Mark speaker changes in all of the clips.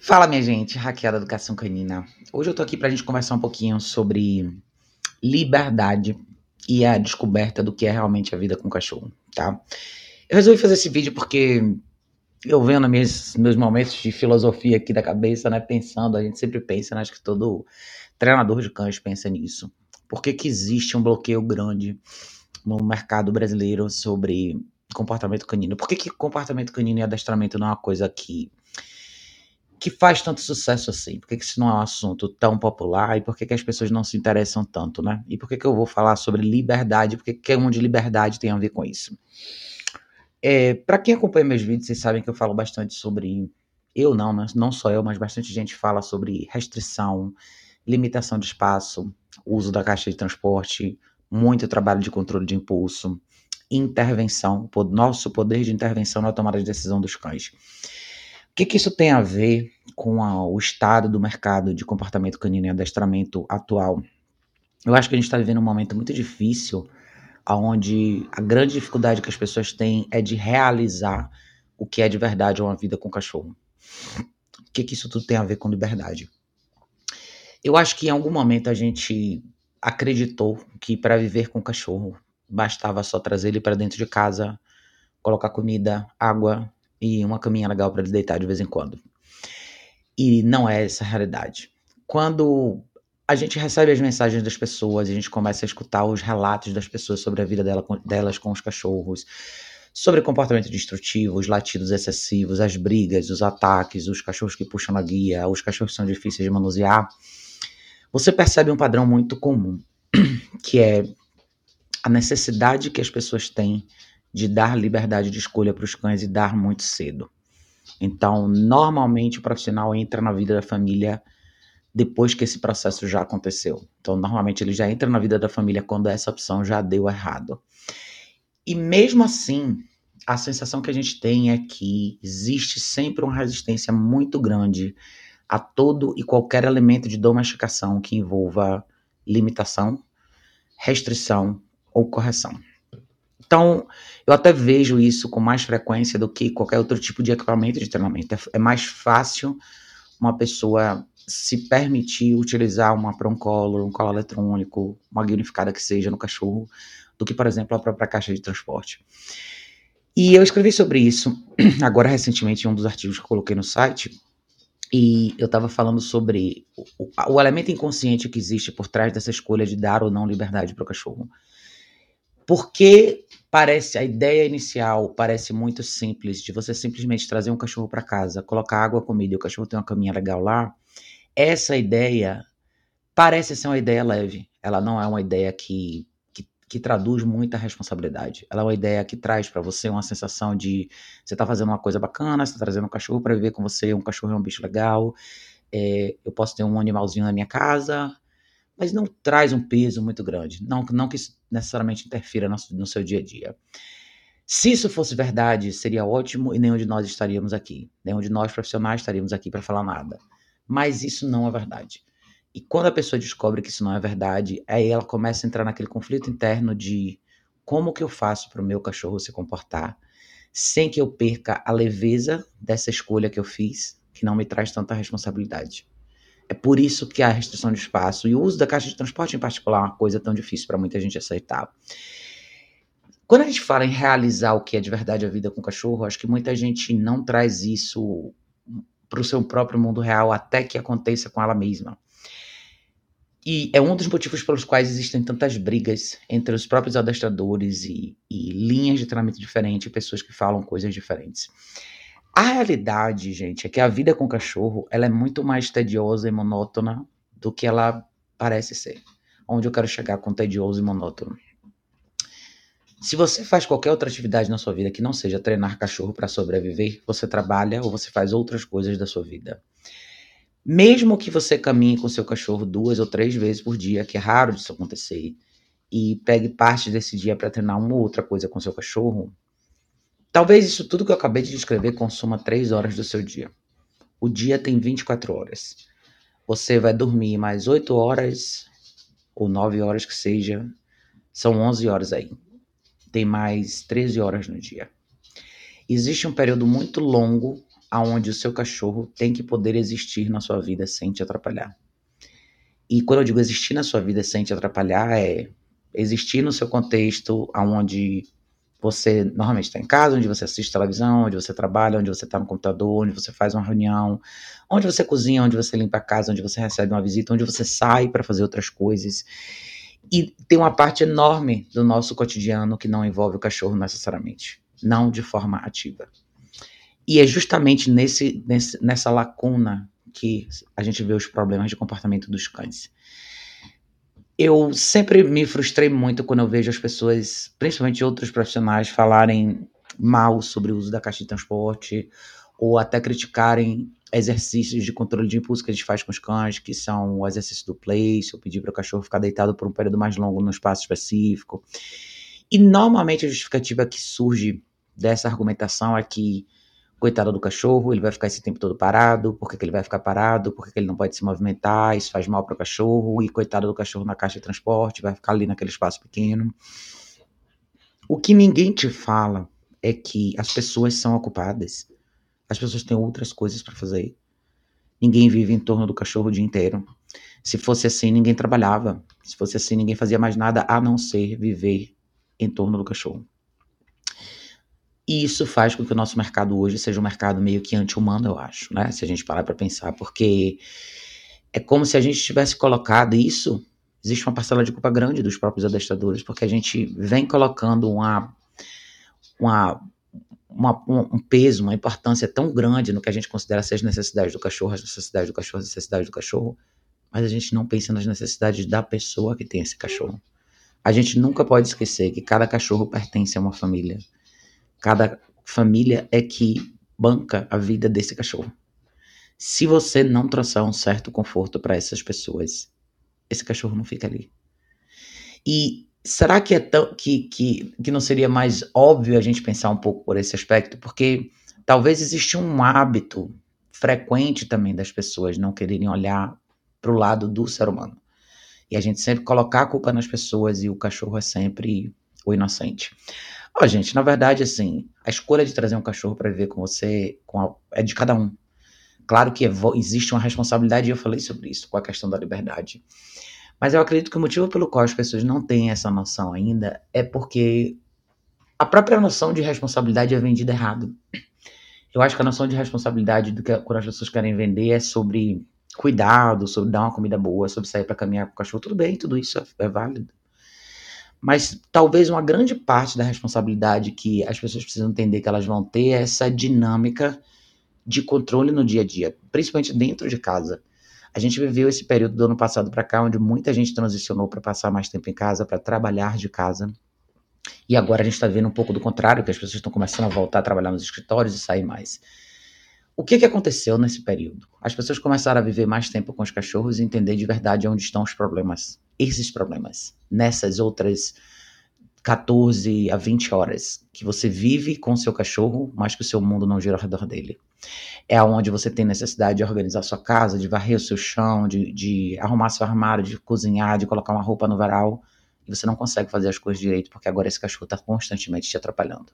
Speaker 1: Fala, minha gente, Raquel da Educação Canina. Hoje eu tô aqui pra gente conversar um pouquinho sobre liberdade e a descoberta do que é realmente a vida com o cachorro, tá? Eu resolvi fazer esse vídeo porque eu venho nos meus momentos de filosofia aqui da cabeça, né, pensando, a gente sempre pensa, né, acho que todo treinador de cães pensa nisso. Por que que existe um bloqueio grande no mercado brasileiro sobre comportamento canino? Por que que comportamento canino e adestramento não é uma coisa que faz tanto sucesso assim? Por que que isso não é um assunto tão popular e por que que as pessoas não se interessam tanto, né? E por que que eu vou falar sobre liberdade? Por que que um de liberdade tem a ver com isso? Para quem acompanha meus vídeos, vocês sabem que eu falo bastante sobre. Eu não, né? Não só eu, mas bastante gente fala sobre restrição, limitação de espaço, uso da caixa de transporte, muito trabalho de controle de impulso, intervenção, nosso poder de intervenção na tomada de decisão dos cães. O que que isso tem a ver com o estado do mercado de comportamento canino e adestramento atual? Eu acho que a gente está vivendo um momento muito difícil, onde a grande dificuldade que as pessoas têm é de realizar o que é de verdade uma vida com cachorro. O que que isso tudo tem a ver com liberdade? Eu acho que em algum momento a gente acreditou que para viver com cachorro bastava só trazer ele para dentro de casa, colocar comida, água e uma caminha legal para ele deitar de vez em quando. E não é essa a realidade. Quando a gente recebe as mensagens das pessoas, a gente começa a escutar os relatos das pessoas sobre a vida delas com os cachorros, sobre comportamento destrutivo, os latidos excessivos, as brigas, os ataques, os cachorros que puxam na guia, os cachorros que são difíceis de manusear, você percebe um padrão muito comum, que é a necessidade que as pessoas têm de dar liberdade de escolha para os cães e dar muito cedo. Então, normalmente o profissional entra na vida da família depois que esse processo já aconteceu. Então, normalmente ele já entra na vida da família quando essa opção já deu errado. E mesmo assim, a sensação que a gente tem é que existe sempre uma resistência muito grande a todo e qualquer elemento de domesticação que envolva limitação, restrição ou correção. Então, eu até vejo isso com mais frequência do que qualquer outro tipo de equipamento de treinamento. É mais fácil uma pessoa se permitir utilizar uma Prong-Collar, um colo eletrônico, uma guia unificada que seja no cachorro, do que, por exemplo, a própria caixa de transporte. E eu escrevi sobre isso agora recentemente em um dos artigos que eu coloquei no site, e eu estava falando sobre o elemento inconsciente que existe por trás dessa escolha de dar ou não liberdade para o cachorro. Porque parece, a ideia inicial parece muito simples, de você simplesmente trazer um cachorro para casa, colocar água, comida e o cachorro tem uma caminha legal lá. Essa ideia parece ser uma ideia leve. Ela não é uma ideia que traduz muita responsabilidade. Ela é uma ideia que traz para você uma sensação de você tá fazendo uma coisa bacana, você tá trazendo um cachorro para viver com você, um cachorro é um bicho legal, eu posso ter um animalzinho na minha casa, mas não traz um peso muito grande. Não que isso necessariamente interfira no seu dia a dia. Se isso fosse verdade, seria ótimo e nenhum de nós estaríamos aqui. Nenhum de nós profissionais estaríamos aqui para falar nada. Mas isso não é verdade. E quando a pessoa descobre que isso não é verdade, aí ela começa a entrar naquele conflito interno de como que eu faço para o meu cachorro se comportar sem que eu perca a leveza dessa escolha que eu fiz, que não me traz tanta responsabilidade. É por isso que a restrição de espaço e o uso da caixa de transporte em particular é uma coisa tão difícil para muita gente aceitar. Quando a gente fala em realizar o que é de verdade a vida com o cachorro, acho que muita gente não traz isso para o seu próprio mundo real até que aconteça com ela mesma. E é um dos motivos pelos quais existem tantas brigas entre os próprios adestradores e linhas de treinamento diferentes, pessoas que falam coisas diferentes. A realidade, gente, é que a vida com o cachorro ela é muito mais tediosa e monótona do que ela parece ser. Onde eu quero chegar com tedioso e monótono? Se você faz qualquer outra atividade na sua vida que não seja treinar cachorro para sobreviver, você trabalha ou você faz outras coisas da sua vida. Mesmo que você caminhe com seu cachorro 2 ou 3 vezes por dia, que é raro disso acontecer, e pegue parte desse dia para treinar uma ou outra coisa com seu cachorro, talvez isso tudo que eu acabei de descrever consuma 3 horas do seu dia. O dia tem 24 horas. Você vai dormir mais 8 horas, ou 9 horas que seja, são 11 horas aí. Tem mais 13 horas no dia. Existe um período muito longo onde o seu cachorro tem que poder existir na sua vida sem te atrapalhar. E quando eu digo existir na sua vida sem te atrapalhar, é existir no seu contexto onde você normalmente está em casa, onde você assiste televisão, onde você trabalha, onde você está no computador, onde você faz uma reunião, onde você cozinha, onde você limpa a casa, onde você recebe uma visita, onde você sai para fazer outras coisas. E tem uma parte enorme do nosso cotidiano que não envolve o cachorro necessariamente, não de forma ativa. E é justamente nessa lacuna que a gente vê os problemas de comportamento dos cães. Eu sempre me frustrei muito quando eu vejo as pessoas, principalmente outros profissionais, falarem mal sobre o uso da caixa de transporte ou até criticarem exercícios de controle de impulso que a gente faz com os cães, que são o exercício do place, ou pedir para o cachorro ficar deitado por um período mais longo num espaço específico. E normalmente a justificativa que surge dessa argumentação é que coitado do cachorro, ele vai ficar esse tempo todo parado, por que ele vai ficar parado, por que ele não pode se movimentar, isso faz mal para o cachorro, e coitado do cachorro na caixa de transporte, vai ficar ali naquele espaço pequeno. O que ninguém te fala é que as pessoas são ocupadas, as pessoas têm outras coisas para fazer. Ninguém vive em torno do cachorro o dia inteiro. Se fosse assim, ninguém trabalhava. Se fosse assim, ninguém fazia mais nada a não ser viver em torno do cachorro. E isso faz com que o nosso mercado hoje seja um mercado meio que anti-humano, eu acho, né? Se a gente parar para pensar, porque é como se a gente tivesse colocado isso, existe uma parcela de culpa grande dos próprios adestradores, porque a gente vem colocando um peso, uma importância tão grande no que a gente considera ser as necessidades do cachorro, as necessidades do cachorro, as necessidades do cachorro, mas a gente não pensa nas necessidades da pessoa que tem esse cachorro. A gente nunca pode esquecer que cada cachorro pertence a uma família. Cada família é que banca a vida desse cachorro. Se você não trouxer um certo conforto para essas pessoas, esse cachorro não fica ali. E será que que não seria mais óbvio a gente pensar um pouco por esse aspecto? Porque talvez exista um hábito frequente também das pessoas não quererem olhar para o lado do ser humano. E a gente sempre colocar a culpa nas pessoas e o cachorro é sempre o inocente. Ó, gente, na verdade, assim, a escolha de trazer um cachorro para viver com você é de cada um. Claro que existe uma responsabilidade, e eu falei sobre isso, com a questão da liberdade. Mas eu acredito que o motivo pelo qual as pessoas não têm essa noção ainda é porque a própria noção de responsabilidade é vendida errado. Eu acho que a noção de responsabilidade quando as pessoas querem vender é sobre cuidado, sobre dar uma comida boa, sobre sair para caminhar com o cachorro. Tudo bem, tudo isso é válido. Mas talvez uma grande parte da responsabilidade que as pessoas precisam entender que elas vão ter é essa dinâmica de controle no dia a dia, principalmente dentro de casa. A gente viveu esse período do ano passado para cá, onde muita gente transicionou para passar mais tempo em casa, para trabalhar de casa. E agora a gente está vendo um pouco do contrário, que as pessoas estão começando a voltar a trabalhar nos escritórios e sair mais. O que aconteceu nesse período? As pessoas começaram a viver mais tempo com os cachorros e entender de verdade onde estão os problemas. Esses problemas. Nessas outras 14 a 20 horas que você vive com o seu cachorro, mas que o seu mundo não gira ao redor dele. É onde você tem necessidade de organizar sua casa, de varrer o seu chão, de arrumar seu armário, de cozinhar, de colocar uma roupa no varal. E você não consegue fazer as coisas direito porque agora esse cachorro está constantemente te atrapalhando.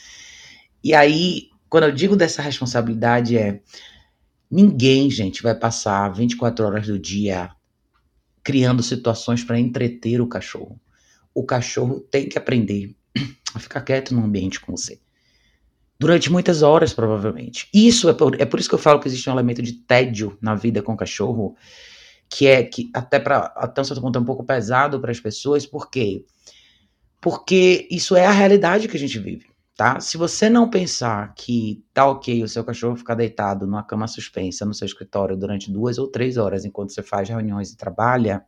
Speaker 1: E aí, quando eu digo dessa responsabilidade ninguém, gente, vai passar 24 horas do dia criando situações para entreter o cachorro. O cachorro tem que aprender a ficar quieto no ambiente com você. Durante muitas horas, provavelmente. Isso é por isso que eu falo que existe um elemento de tédio na vida com o cachorro, que até um certo ponto é um pouco pesado para as pessoas. Por quê? Porque isso é a realidade que a gente vive, tá? Se você não pensar que tá ok o seu cachorro ficar deitado numa cama suspensa no seu escritório durante 2 ou 3 horas enquanto você faz reuniões e trabalha,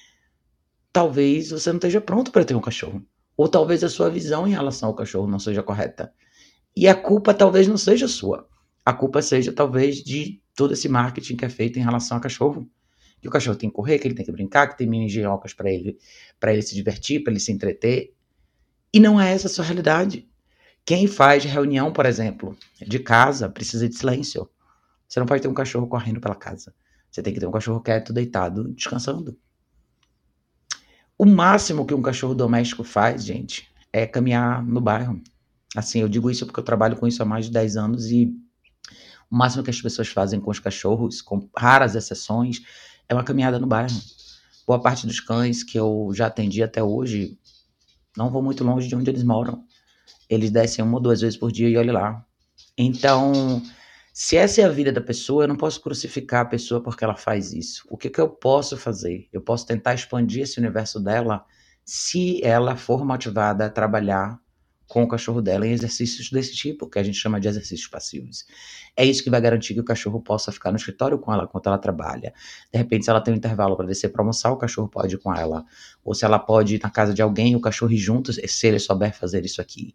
Speaker 1: talvez você não esteja pronto para ter um cachorro. Ou talvez a sua visão em relação ao cachorro não seja correta. E a culpa talvez não seja sua. A culpa seja talvez de todo esse marketing que é feito em relação ao cachorro. Que o cachorro tem que correr, que ele tem que brincar, que tem mini engenhocas para ele se divertir, para ele se entreter. E não é essa a sua realidade. Quem faz reunião, por exemplo, de casa, precisa de silêncio. Você não pode ter um cachorro correndo pela casa. Você tem que ter um cachorro quieto, deitado, descansando. O máximo que um cachorro doméstico faz, gente, é caminhar no bairro. Assim, eu digo isso porque eu trabalho com isso há mais de 10 anos e O máximo que as pessoas fazem com os cachorros, com raras exceções, é uma caminhada no bairro. Boa parte dos cães que eu já atendi até hoje não vão muito longe de onde eles moram. Eles descem 1 ou 2 vezes por dia e olha lá. Então, se essa é a vida da pessoa, eu não posso crucificar a pessoa porque ela faz isso. O que eu posso fazer? Eu posso tentar expandir esse universo dela se ela for motivada a trabalhar com o cachorro dela em exercícios desse tipo, que a gente chama de exercícios passivos. É isso que vai garantir que o cachorro possa ficar no escritório com ela enquanto ela trabalha. De repente, se ela tem um intervalo para descer para almoçar, o cachorro pode ir com ela. Ou se ela pode ir na casa de alguém, o cachorro ir junto, se ele souber fazer isso aqui.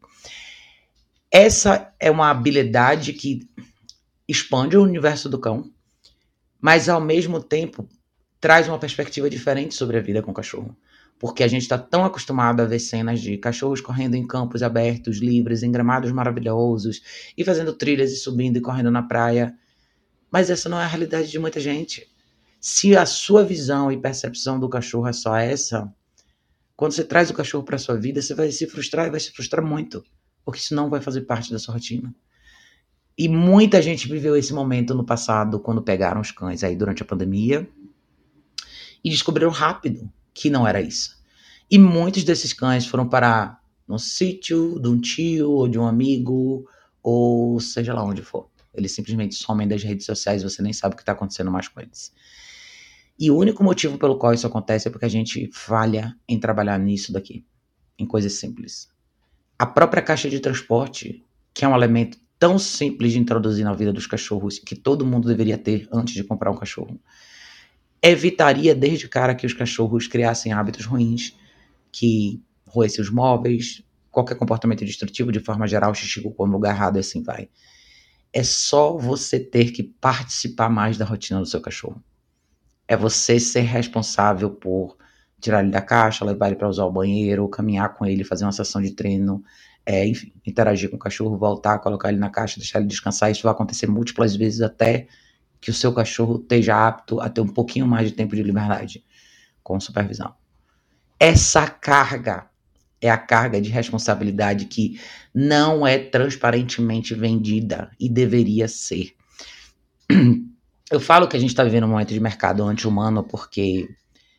Speaker 1: Essa é uma habilidade que expande o universo do cão, mas ao mesmo tempo traz uma perspectiva diferente sobre a vida com o cachorro. Porque a gente está tão acostumado a ver cenas de cachorros correndo em campos abertos, livres, em gramados maravilhosos, e fazendo trilhas e subindo e correndo na praia. Mas essa não é a realidade de muita gente. Se a sua visão e percepção do cachorro é só essa, quando você traz o cachorro para a sua vida, você vai se frustrar e vai se frustrar muito, porque isso não vai fazer parte da sua rotina. E muita gente viveu esse momento no passado, quando pegaram os cães aí durante a pandemia, e descobriram rápido que não era isso. E muitos desses cães foram parar no sítio de um tio ou de um amigo, ou seja lá onde for. Eles simplesmente somem das redes sociais e você nem sabe o que está acontecendo mais com eles. E o único motivo pelo qual isso acontece é porque a gente falha em trabalhar nisso daqui, em coisas simples. A própria caixa de transporte, que é um elemento tão simples de introduzir na vida dos cachorros, que todo mundo deveria ter antes de comprar um cachorro, evitaria desde cara que os cachorros criassem hábitos ruins, que roessem os móveis, qualquer comportamento destrutivo de forma geral, xixi no lugar errado e assim vai. É só você ter que participar mais da rotina do seu cachorro. É você ser responsável por tirar ele da caixa, levar ele para usar o banheiro, caminhar com ele, fazer uma sessão de treino, enfim, interagir com o cachorro, voltar, colocar ele na caixa, deixar ele descansar. Isso vai acontecer múltiplas vezes até que o seu cachorro esteja apto a ter um pouquinho mais de tempo de liberdade com supervisão. Essa carga é a carga de responsabilidade que não é transparentemente vendida e deveria ser. Eu falo que a gente está vivendo um momento de mercado anti-humano porque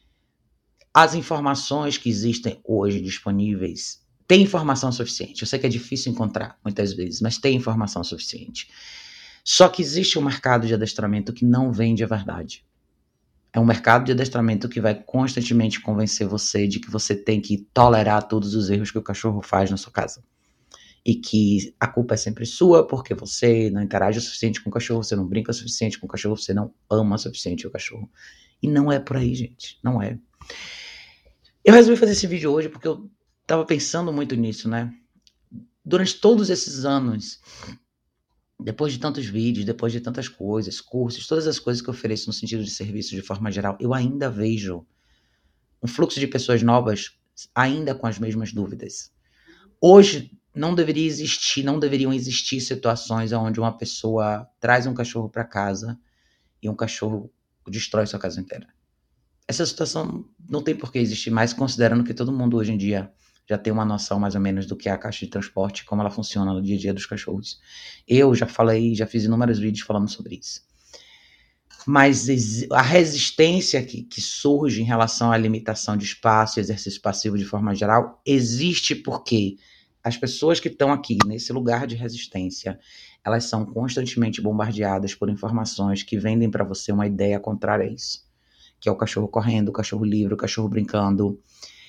Speaker 1: as informações que existem hoje disponíveis têm informação suficiente. Eu sei que é difícil encontrar muitas vezes, mas tem informação suficiente. Só que existe um mercado de adestramento que não vende a verdade. É um mercado de adestramento que vai constantemente convencer você de que você tem que tolerar todos os erros que o cachorro faz na sua casa. E que a culpa é sempre sua, porque você não interage o suficiente com o cachorro, você não brinca o suficiente com o cachorro, você não ama o suficiente o cachorro. E não é por aí, gente. Não é. Eu resolvi fazer esse vídeo hoje porque eu tava pensando muito nisso, né? Durante todos esses anos, depois de tantos vídeos, depois de tantas coisas, cursos, todas as coisas que eu ofereço no sentido de serviço de forma geral, eu ainda vejo um fluxo de pessoas novas ainda com as mesmas dúvidas. Hoje não deveriam existir situações onde uma pessoa traz um cachorro para casa e um cachorro destrói sua casa inteira. Essa situação não tem por que existir mais, considerando que todo mundo hoje em dia já tem uma noção mais ou menos do que é a caixa de transporte, como ela funciona no dia a dia dos cachorros. Eu já fiz inúmeros vídeos falando sobre isso. Mas a resistência que surge em relação à limitação de espaço e exercício passivo de forma geral existe porque as pessoas que estão aqui nesse lugar de resistência, elas são constantemente bombardeadas por informações que vendem para você uma ideia contrária a isso, que é o cachorro correndo, o cachorro livre, o cachorro brincando.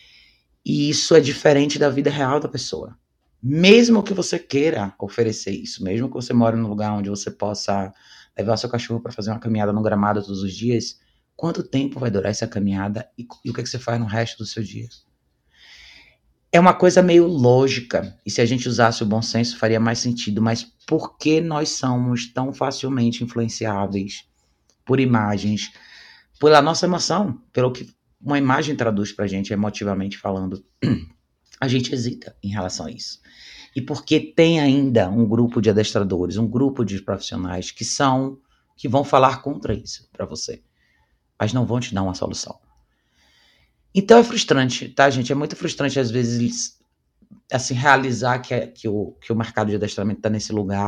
Speaker 1: E isso é diferente da vida real da pessoa. Mesmo que você queira oferecer isso, mesmo que você more num lugar onde você possa levar seu cachorro para fazer uma caminhada no gramado todos os dias, quanto tempo vai durar essa caminhada e o que você faz no resto do seu dia? É uma coisa meio lógica, e se a gente usasse o bom senso faria mais sentido, mas por que nós somos tão facilmente influenciáveis por imagens, pela nossa emoção, pelo que uma imagem traduz pra gente emotivamente falando? A gente hesita em relação a isso. E porque tem ainda um grupo de adestradores, um grupo de profissionais que vão falar contra isso para você, mas não vão te dar uma solução. Então é frustrante, tá, gente? É muito frustrante às vezes assim realizar que o mercado de adestramento está nesse lugar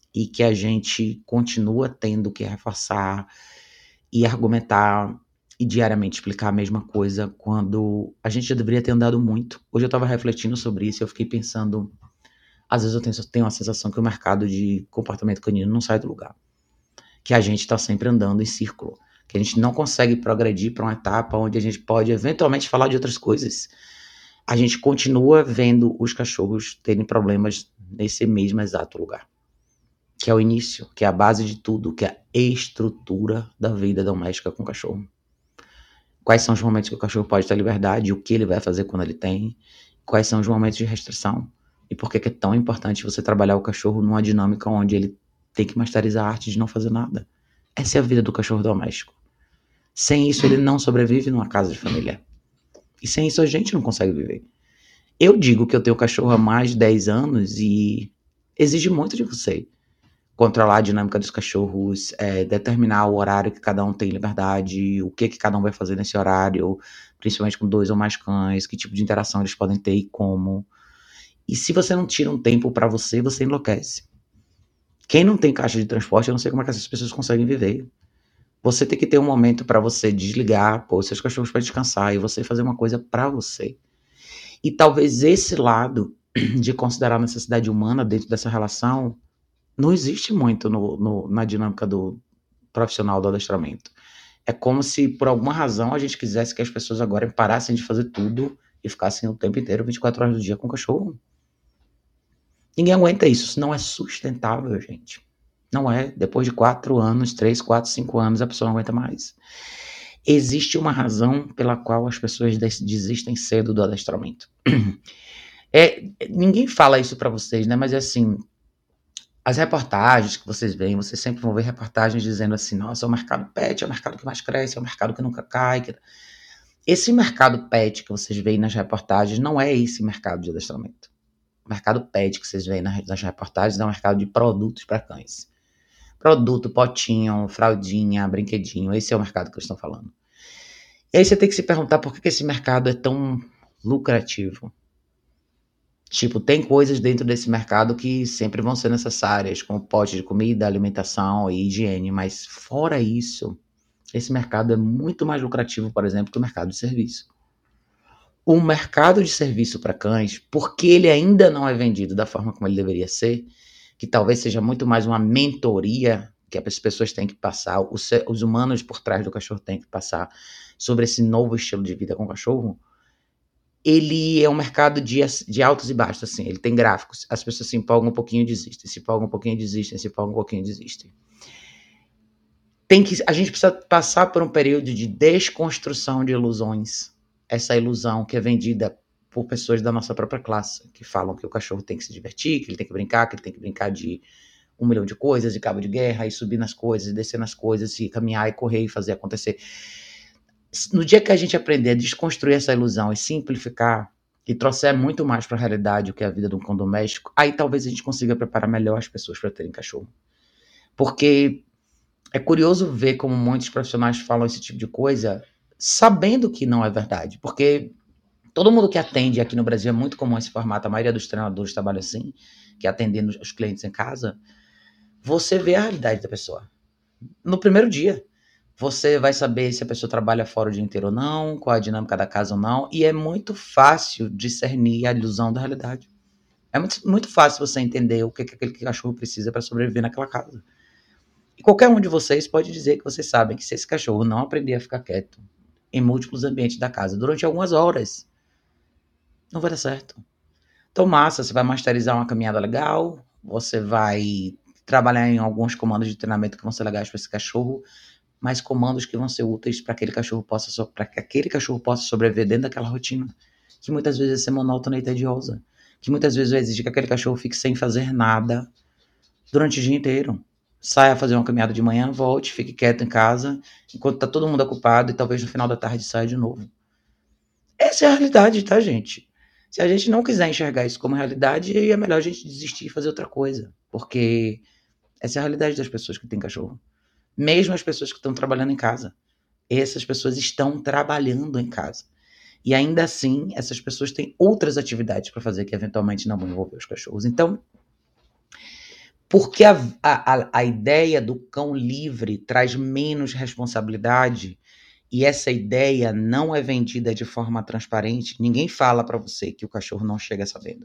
Speaker 1: e que a gente continua tendo que reforçar e argumentar e diariamente explicar a mesma coisa quando a gente já deveria ter andado muito. Hoje eu estava refletindo sobre isso e eu fiquei pensando, às vezes eu tenho a sensação que o mercado de comportamento canino não sai do lugar, que a gente está sempre andando em círculo, que a gente não consegue progredir para uma etapa onde a gente pode eventualmente falar de outras coisas. A gente continua vendo os cachorros terem problemas nesse mesmo exato lugar, que é o início, que é a base de tudo, que é a estrutura da vida doméstica com o cachorro. Quais são os momentos que o cachorro pode ter liberdade, o que ele vai fazer quando ele tem, quais são os momentos de restrição, e por que é tão importante você trabalhar o cachorro numa dinâmica onde ele tem que masterizar a arte de não fazer nada. Essa é a vida do cachorro doméstico. Sem isso, ele não sobrevive numa casa de família. E sem isso, a gente não consegue viver. Eu digo que eu tenho cachorro há mais de 10 anos e exige muito de você. Controlar a dinâmica dos cachorros, determinar o horário que cada um tem liberdade, o que cada um vai fazer nesse horário, principalmente com 2 ou mais cães, que tipo de interação eles podem ter e como. E se você não tira um tempo pra você, você enlouquece. Quem não tem caixa de transporte, eu não sei como é que essas pessoas conseguem viver. Você tem que ter um momento pra você desligar, pôr seus cachorros pra descansar e você fazer uma coisa pra você. E talvez esse lado de considerar a necessidade humana dentro dessa relação não existe muito na dinâmica do profissional do adestramento. É como se, por alguma razão, a gente quisesse que as pessoas agora parassem de fazer tudo e ficassem o tempo inteiro, 24 horas do dia com o cachorro. Ninguém aguenta isso. Isso não é sustentável, gente. Não é. Depois de 4 anos, 3, 4, 5 anos, a pessoa não aguenta mais. Existe uma razão pela qual as pessoas desistem cedo do adestramento. Ninguém fala isso pra vocês, né? Mas é assim, as reportagens que vocês veem, vocês sempre vão ver reportagens dizendo assim, nossa, o mercado pet é o mercado que mais cresce, é o mercado que nunca cai. Esse mercado pet que vocês veem nas reportagens não é esse mercado de adestramento. O mercado pet que vocês veem nas reportagens é um mercado de produtos para cães. Produto, potinho, fraldinha, brinquedinho, esse é o mercado que eles estão falando. E aí você tem que se perguntar por que esse mercado é tão lucrativo. Tipo, tem coisas dentro desse mercado que sempre vão ser necessárias, como pote de comida, alimentação e higiene, mas fora isso, esse mercado é muito mais lucrativo, por exemplo, que o mercado de serviço. O mercado de serviço para cães, porque ele ainda não é vendido da forma como ele deveria ser, que talvez seja muito mais uma mentoria que as pessoas têm que passar, os humanos por trás do cachorro têm que passar sobre esse novo estilo de vida com o cachorro, ele é um mercado de altos e baixos, assim, ele tem gráficos, as pessoas se empolgam um pouquinho e desistem, se empolgam um pouquinho e desistem, se empolgam um pouquinho e desistem. A gente precisa passar por um período de desconstrução de ilusões, essa ilusão que é vendida por pessoas da nossa própria classe, que falam que o cachorro tem que se divertir, que ele tem que brincar de 1 milhão de coisas, de cabo de guerra, e subir nas coisas, e descer nas coisas, e caminhar e correr e fazer acontecer. No dia que a gente aprender a desconstruir essa ilusão e simplificar e trouxer muito mais para a realidade o que é a vida de um cão doméstico, aí talvez a gente consiga preparar melhor as pessoas para terem cachorro. Porque é curioso ver como muitos profissionais falam esse tipo de coisa sabendo que não é verdade. Porque todo mundo que atende aqui no Brasil é muito comum esse formato, a maioria dos treinadores trabalha assim, que é atendendo os clientes em casa. Você vê a realidade da pessoa no primeiro dia. Você vai saber se a pessoa trabalha fora o dia inteiro ou não, qual é a dinâmica da casa ou não, e é muito fácil discernir a ilusão da realidade. É muito fácil você entender o que aquele cachorro precisa para sobreviver naquela casa. E qualquer um de vocês pode dizer que vocês sabem que se esse cachorro não aprender a ficar quieto em múltiplos ambientes da casa durante algumas horas, não vai dar certo. Então, massa, você vai masterizar uma caminhada legal, você vai trabalhar em alguns comandos de treinamento que vão ser legais para esse cachorro, mas comandos que vão ser úteis para que aquele cachorro possa sobreviver dentro daquela rotina, que muitas vezes vai ser monótona e tediosa, que muitas vezes vai exigir que aquele cachorro fique sem fazer nada durante o dia inteiro. Saia fazer uma caminhada de manhã, volte, fique quieto em casa, enquanto tá todo mundo ocupado, e talvez no final da tarde saia de novo. Essa é a realidade, tá, gente? Se a gente não quiser enxergar isso como realidade, é melhor a gente desistir e fazer outra coisa, porque essa é a realidade das pessoas que têm cachorro. Mesmo as pessoas que estão trabalhando em casa. Essas pessoas estão trabalhando em casa. E ainda assim, essas pessoas têm outras atividades para fazer que eventualmente não vão envolver os cachorros. Então, Porque a ideia do cão livre traz menos responsabilidade e essa ideia não é vendida de forma transparente. Ninguém fala para você que o cachorro não chega sabendo.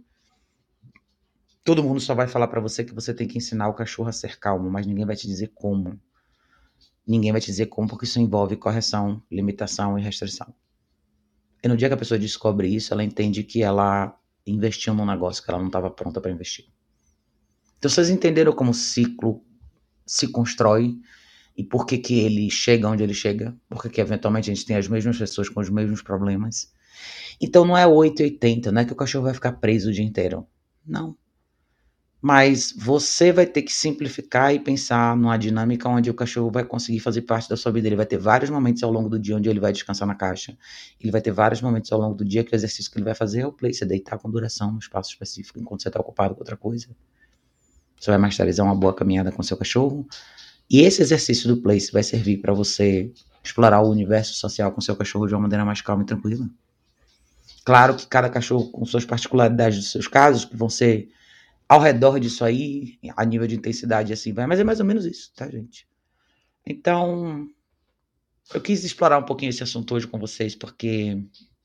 Speaker 1: Todo mundo só vai falar para você que você tem que ensinar o cachorro a ser calmo, mas ninguém vai te dizer como. Ninguém vai te dizer como, porque isso envolve correção, limitação e restrição. E no dia que a pessoa descobre isso, ela entende que ela investiu num negócio que ela não estava pronta para investir. Então vocês entenderam como o ciclo se constrói e por que que ele chega onde ele chega, porque que eventualmente a gente tem as mesmas pessoas com os mesmos problemas. Então não é 880, não é que o cachorro vai ficar preso o dia inteiro. Não. Mas você vai ter que simplificar e pensar numa dinâmica onde o cachorro vai conseguir fazer parte da sua vida. Ele vai ter vários momentos ao longo do dia onde ele vai descansar na caixa. Ele vai ter vários momentos ao longo do dia que o exercício que ele vai fazer é o play, você deitar com duração no espaço específico, enquanto você está ocupado com outra coisa. Você vai masterizar uma boa caminhada com seu cachorro. E esse exercício do place vai servir para você explorar o universo social com seu cachorro de uma maneira mais calma e tranquila. Claro que cada cachorro com suas particularidades dos seus casos, que vão ser ao redor disso aí, a nível de intensidade assim vai, mas é mais ou menos isso, tá, gente? Então, eu quis explorar um pouquinho esse assunto hoje com vocês, porque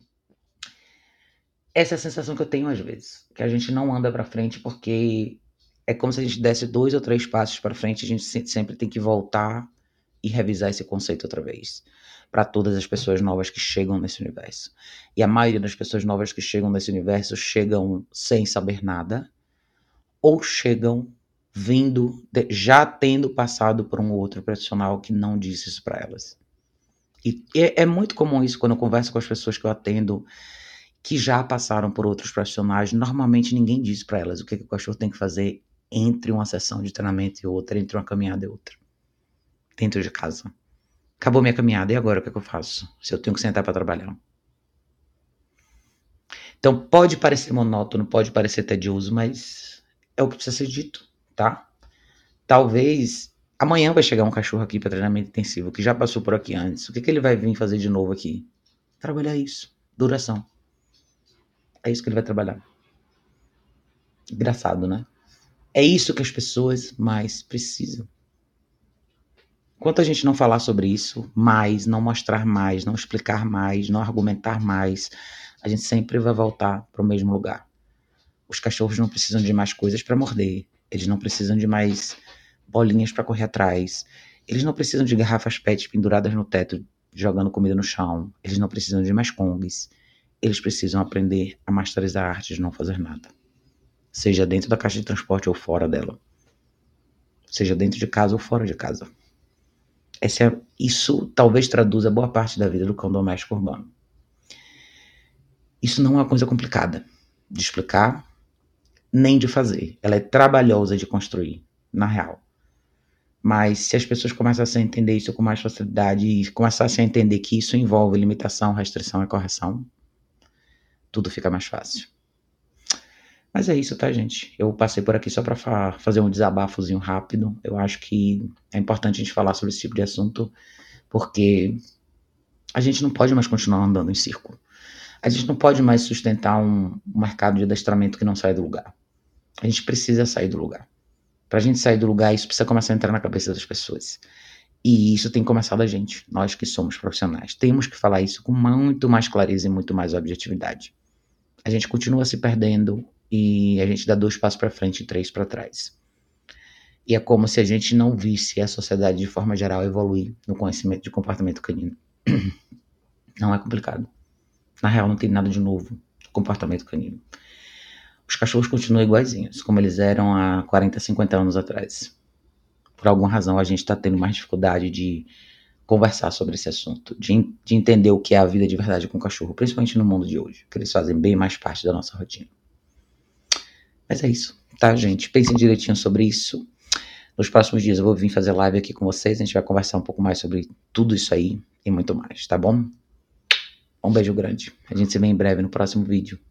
Speaker 1: essa é a sensação que eu tenho às vezes, que a gente não anda para frente porque é como se a gente desse 2 ou 3 passos para frente, a gente sempre tem que voltar e revisar esse conceito outra vez, para todas as pessoas novas que chegam nesse universo. E a maioria das pessoas novas que chegam nesse universo chegam sem saber nada, ou chegam já tendo passado por um outro profissional que não disse isso para elas. E é muito comum isso quando eu converso com as pessoas que eu atendo, que já passaram por outros profissionais. Normalmente ninguém diz para elas o que o cachorro tem que fazer entre uma sessão de treinamento e outra, entre uma caminhada e outra, dentro de casa. Acabou minha caminhada, e agora o que eu faço? Se eu tenho que sentar para trabalhar. Então pode parecer monótono, pode parecer tedioso, mas é o que precisa ser dito, tá? Talvez amanhã vai chegar um cachorro aqui para treinamento intensivo, que já passou por aqui antes. O que ele vai vir fazer de novo aqui? Trabalhar isso, duração. É isso que ele vai trabalhar. Engraçado, né? É isso que as pessoas mais precisam. Enquanto a gente não falar sobre isso mais, não mostrar mais, não explicar mais, não argumentar mais, a gente sempre vai voltar para o mesmo lugar. Os cachorros não precisam de mais coisas para morder. Eles não precisam de mais bolinhas para correr atrás. Eles não precisam de garrafas PET penduradas no teto, jogando comida no chão. Eles não precisam de mais Kongs. Eles precisam aprender a masterizar a arte de não fazer nada. Seja dentro da caixa de transporte ou fora dela. Seja dentro de casa ou fora de casa. Isso talvez traduza boa parte da vida do cão doméstico urbano. Isso não é uma coisa complicada de explicar, nem de fazer. Ela é trabalhosa de construir, na real. Mas se as pessoas começassem a entender isso com mais facilidade e começassem a entender que isso envolve limitação, restrição e correção, tudo fica mais fácil. Mas é isso, tá, gente? Eu passei por aqui só para fazer um desabafozinho rápido. Eu acho que é importante a gente falar sobre esse tipo de assunto, porque a gente não pode mais continuar andando em círculo. A gente não pode mais sustentar um mercado de adestramento que não sai do lugar. A gente precisa sair do lugar. Pra gente sair do lugar, isso precisa começar a entrar na cabeça das pessoas. E isso tem que começar da gente, nós que somos profissionais. Temos que falar isso com muito mais clareza e muito mais objetividade. A gente continua se perdendo e a gente dá 2 passos para frente e 3 para trás. E é como se a gente não visse a sociedade de forma geral evoluir no conhecimento de comportamento canino. Não é complicado. Na real, não tem nada de novo no comportamento canino. Os cachorros continuam iguaizinhos, como eles eram há 40, 50 anos atrás. Por alguma razão, a gente está tendo mais dificuldade de conversar sobre esse assunto, de entender o que é a vida de verdade com o cachorro, principalmente no mundo de hoje, que eles fazem bem mais parte da nossa rotina. Mas é isso, tá, gente? Pensem direitinho sobre isso. Nos próximos dias eu vou vir fazer live aqui com vocês, a gente vai conversar um pouco mais sobre tudo isso aí e muito mais, tá bom? Um beijo grande. A gente se vê em breve no próximo vídeo.